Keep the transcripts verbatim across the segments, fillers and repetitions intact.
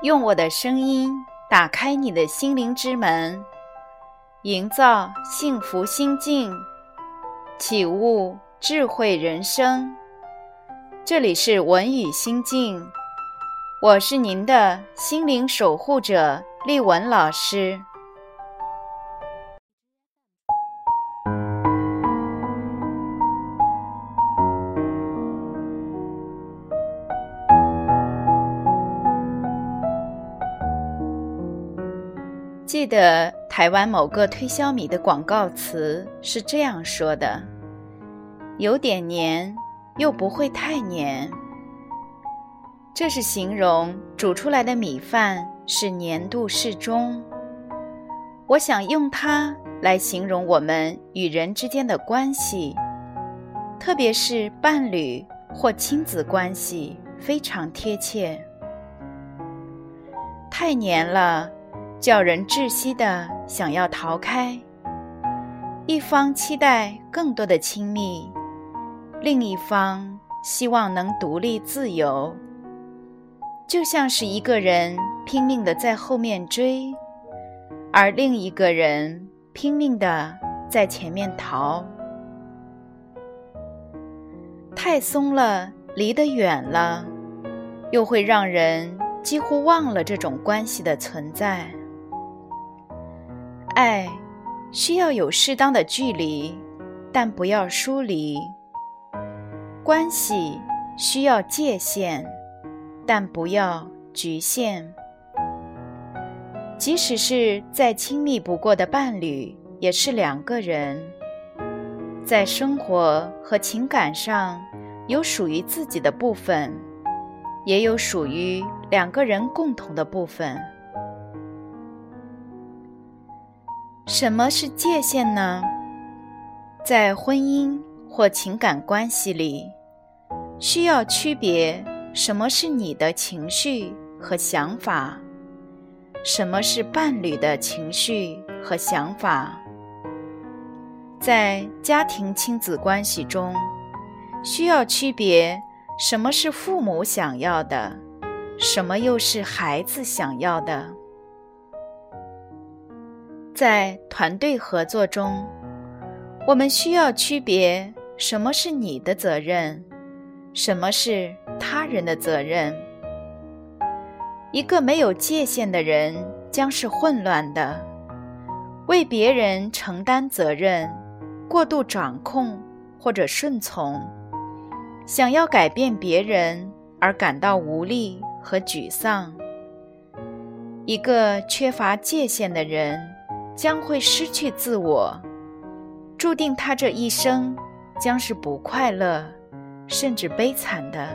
用我的声音打开你的心灵之门，营造幸福心境，启悟智慧人生。这里是文语心境，我是您的心灵守护者丽文老师。记得台湾某个推销米的广告词是这样说的：有点黏，又不会太黏。这是形容煮出来的米饭是黏度适中。我想用它来形容我们与人之间的关系，特别是伴侣或亲子关系，非常贴切。太黏了，叫人窒息地想要逃开，一方期待更多的亲密，另一方希望能独立自由，就像是一个人拼命地在后面追，而另一个人拼命地在前面逃。太松了，离得远了，又会让人几乎忘了这种关系的存在。爱需要有适当的距离，但不要疏离。关系需要界限，但不要局限。即使是再亲密不过的伴侣，也是两个人，在生活和情感上有属于自己的部分，也有属于两个人共同的部分。什么是界限呢？在婚姻或情感关系里，需要区别什么是你的情绪和想法，什么是伴侣的情绪和想法。在家庭亲子关系中，需要区别什么是父母想要的，什么又是孩子想要的。在团队合作中，我们需要区别什么是你的责任，什么是他人的责任。一个没有界限的人将是混乱的，为别人承担责任，过度掌控或者顺从，想要改变别人而感到无力和沮丧。一个缺乏界限的人将会失去自我，注定他这一生将是不快乐，甚至悲惨的。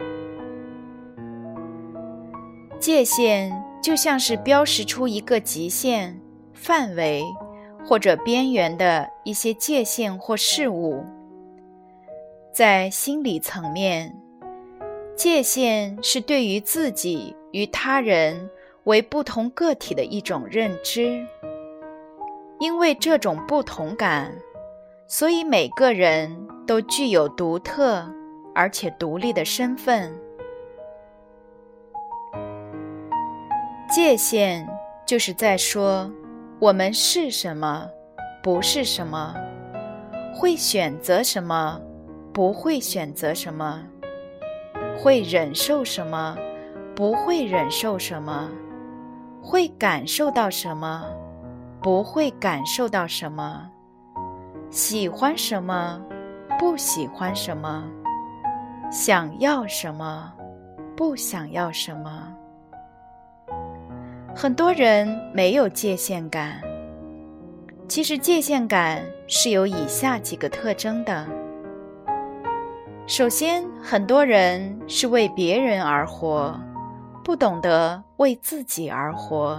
界限就像是标识出一个极限、范围或者边缘的一些界限或事物。在心理层面，界限是对于自己与他人为不同个体的一种认知。因为这种不同感，所以每个人都具有独特而且独立的身份。界限就是在说，我们是什么，不是什么，会选择什么，不会选择什么，会忍受什么，不会忍受什么，会感受到什么，不会感受到什么，喜欢什么，不喜欢什么，想要什么，不想要什么。很多人没有界限感，其实界限感是有以下几个特征的。首先，很多人是为别人而活，不懂得为自己而活。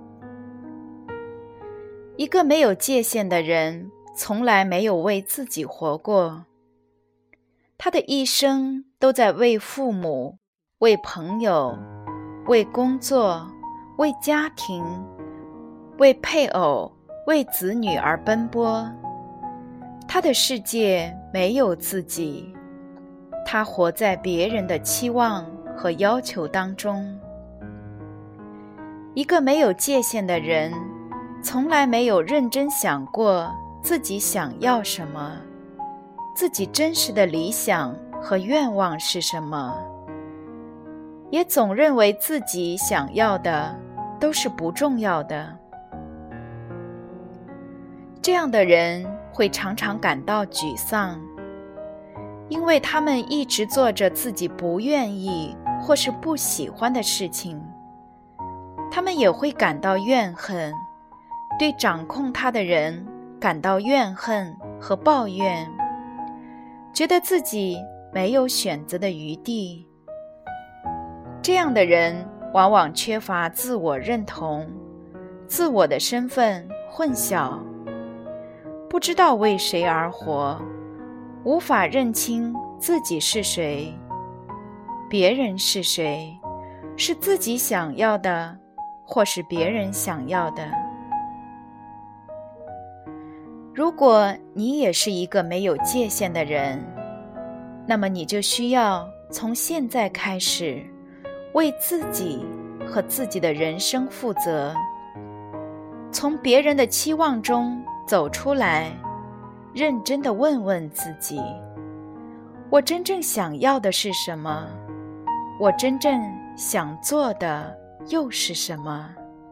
一个没有界限的人，从来没有为自己活过。他的一生都在为父母、为朋友、为工作、为家庭、为配偶、为子女而奔波。他的世界没有自己，他活在别人的期望和要求当中。 一个没有界限的人，从来没有认真想过自己想要什么，自己真实的理想和愿望是什么，也总认为自己想要的都是不重要的。这样的人会常常感到沮丧，因为他们一直做着自己不愿意或是不喜欢的事情。他们也会感到怨恨，对掌控他的人感到怨恨和抱怨，觉得自己没有选择的余地。这样的人往往缺乏自我认同，自我的身份混淆，不知道为谁而活，无法认清自己是谁，别人是谁，是自己想要的，或是别人想要的。如果你也是一个没有界限的人，那么你就需要从现在开始为自己和自己的人生负责，从别人的期望中走出来，认真地问问自己，我真正想要的是什么？我真正想做的又是什么？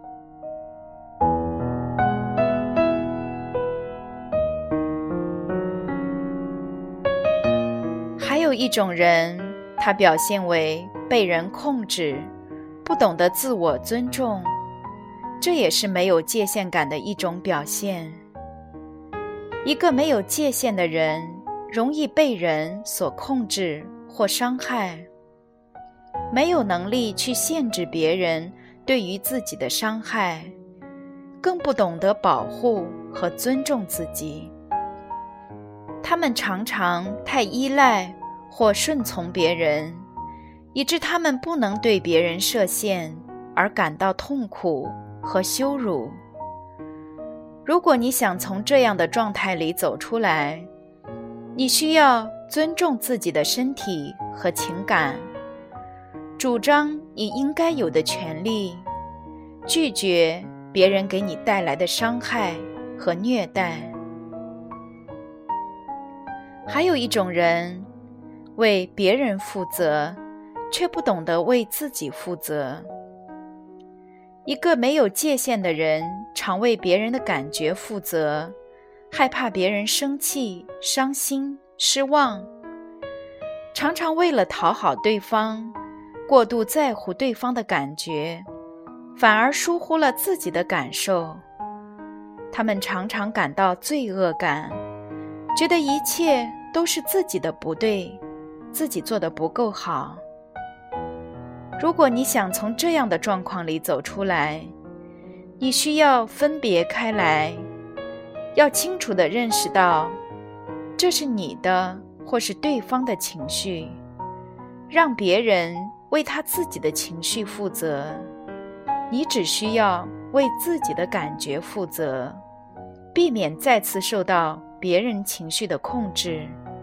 还有一种人，他表现为被人控制，不懂得自我尊重，这也是没有界限感的一种表现。一个没有界限的人，容易被人所控制或伤害，没有能力去限制别人对于自己的伤害，更不懂得保护和尊重自己。他们常常太依赖或顺从别人，以致他们不能对别人设限，而感到痛苦和羞辱。如果你想从这样的状态里走出来，你需要尊重自己的身体和情感，主张你应该有的权利，拒绝别人给你带来的伤害和虐待。还有一种人，为别人负责，却不懂得为自己负责。一个没有界限的人，常为别人的感觉负责，害怕别人生气、伤心、失望，常常为了讨好对方，过度在乎对方的感觉，反而疏忽了自己的感受。他们常常感到罪恶感，觉得一切都是自己的不对，自己做得不够好。如果你想从这样的状况里走出来，你需要分别开来，要清楚地认识到，这是你的或是对方的情绪，让别人为他自己的情绪负责，你只需要为自己的感觉负责，避免再次受到别人情绪的控制。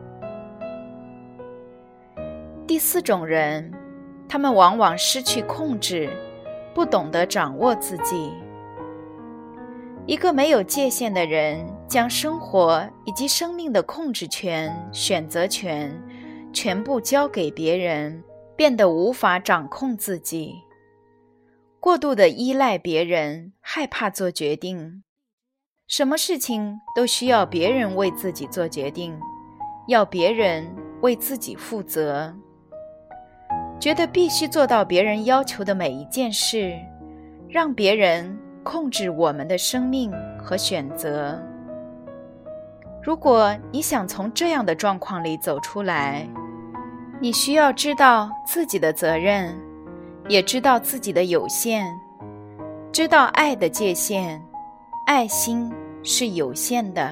第四种人，他们往往失去控制，不懂得掌握自己。一个没有界限的人，将生活以及生命的控制权、选择权全部交给别人，变得无法掌控自己。过度的依赖别人，害怕做决定，什么事情都需要别人为自己做决定，要别人为自己负责，觉得必须做到别人要求的每一件事，让别人控制我们的生命和选择。如果你想从这样的状况里走出来，你需要知道自己的责任，也知道自己的有限，知道爱的界限，爱心是有限的。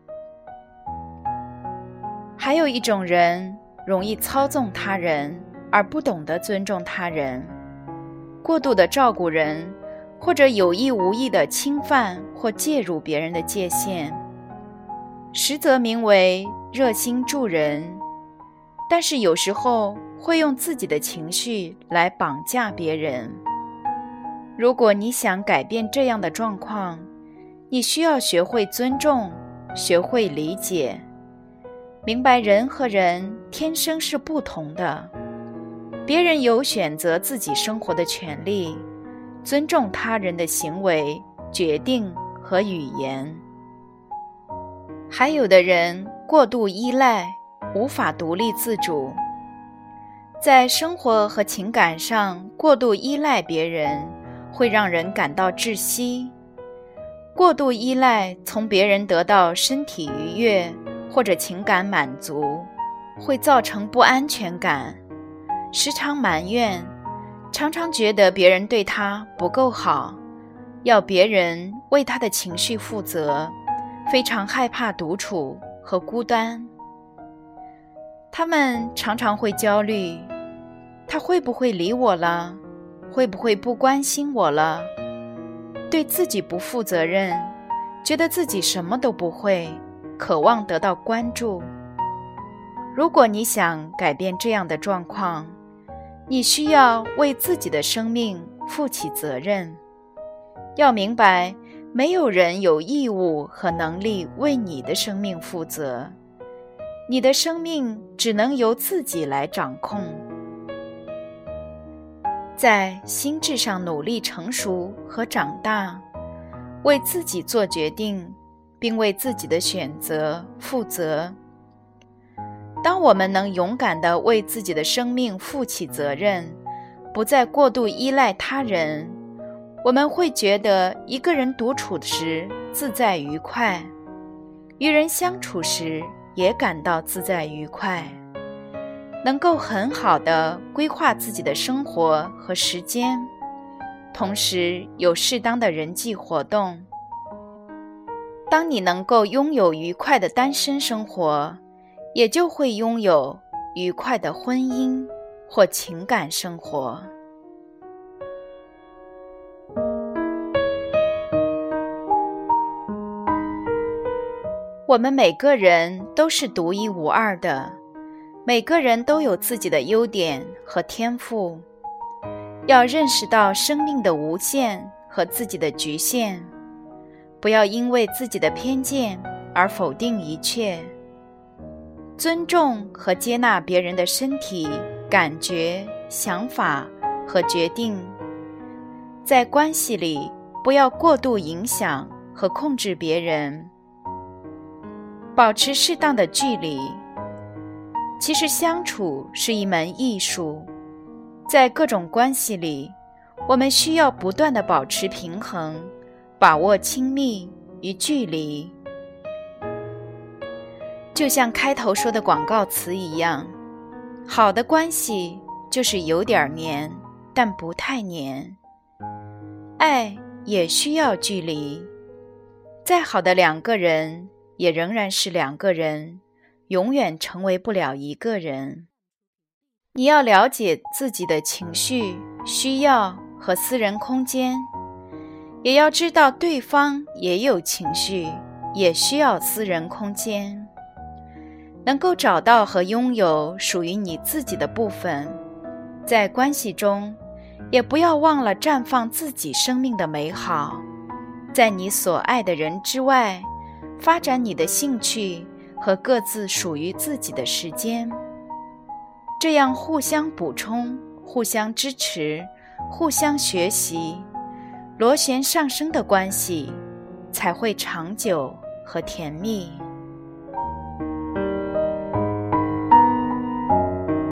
还有一种人，容易操纵他人，而不懂得尊重他人，过度的照顾人，或者有意无意地侵犯或介入别人的界限，实则名为热心助人，但是有时候会用自己的情绪来绑架别人。 如果你想改变这样的状况，你需要学会尊重，学会理解，明白人和人天生是不同的，别人有选择自己生活的权利，尊重他人的行为、决定和语言。还有的人过度依赖，无法独立自主，在生活和情感上过度依赖别人，会让人感到窒息。过度依赖从别人得到身体愉悦或者情感满足，会造成不安全感，时常埋怨，常常觉得别人对他不够好，要别人为他的情绪负责，非常害怕独处和孤单。他们常常会焦虑，他会不会理我了？会不会不关心我了？对自己不负责任，觉得自己什么都不会，渴望得到关注。如果你想改变这样的状况，你需要为自己的生命负起责任。要明白，没有人有义务和能力为你的生命负责，你的生命只能由自己来掌控。在心智上努力成熟和长大，为自己做决定，并为自己的选择负责。当我们能勇敢地为自己的生命负起责任，不再过度依赖他人，我们会觉得一个人独处时自在愉快，与人相处时也感到自在愉快，能够很好地规划自己的生活和时间，同时有适当的人际活动。当你能够拥有愉快的单身生活，也就会拥有愉快的婚姻或情感生活。我们每个人都是独一无二的，每个人都有自己的优点和天赋。要认识到生命的无限和自己的局限，不要因为自己的偏见而否定一切。尊重和接纳别人的身体、感觉、想法和决定。在关系里，不要过度影响和控制别人。保持适当的距离。其实相处是一门艺术，在各种关系里，我们需要不断地保持平衡，把握亲密与距离。就像开头说的广告词一样，好的关系就是有点黏，但不太黏。爱也需要距离，再好的两个人也仍然是两个人，永远成为不了一个人。你要了解自己的情绪、需要和私人空间，也要知道对方也有情绪，也需要私人空间。能够找到和拥有属于你自己的部分，在关系中，也不要忘了绽放自己生命的美好，在你所爱的人之外，发展你的兴趣和各自属于自己的时间。这样互相补充，互相支持，互相学习，螺旋上升的关系才会长久和甜蜜。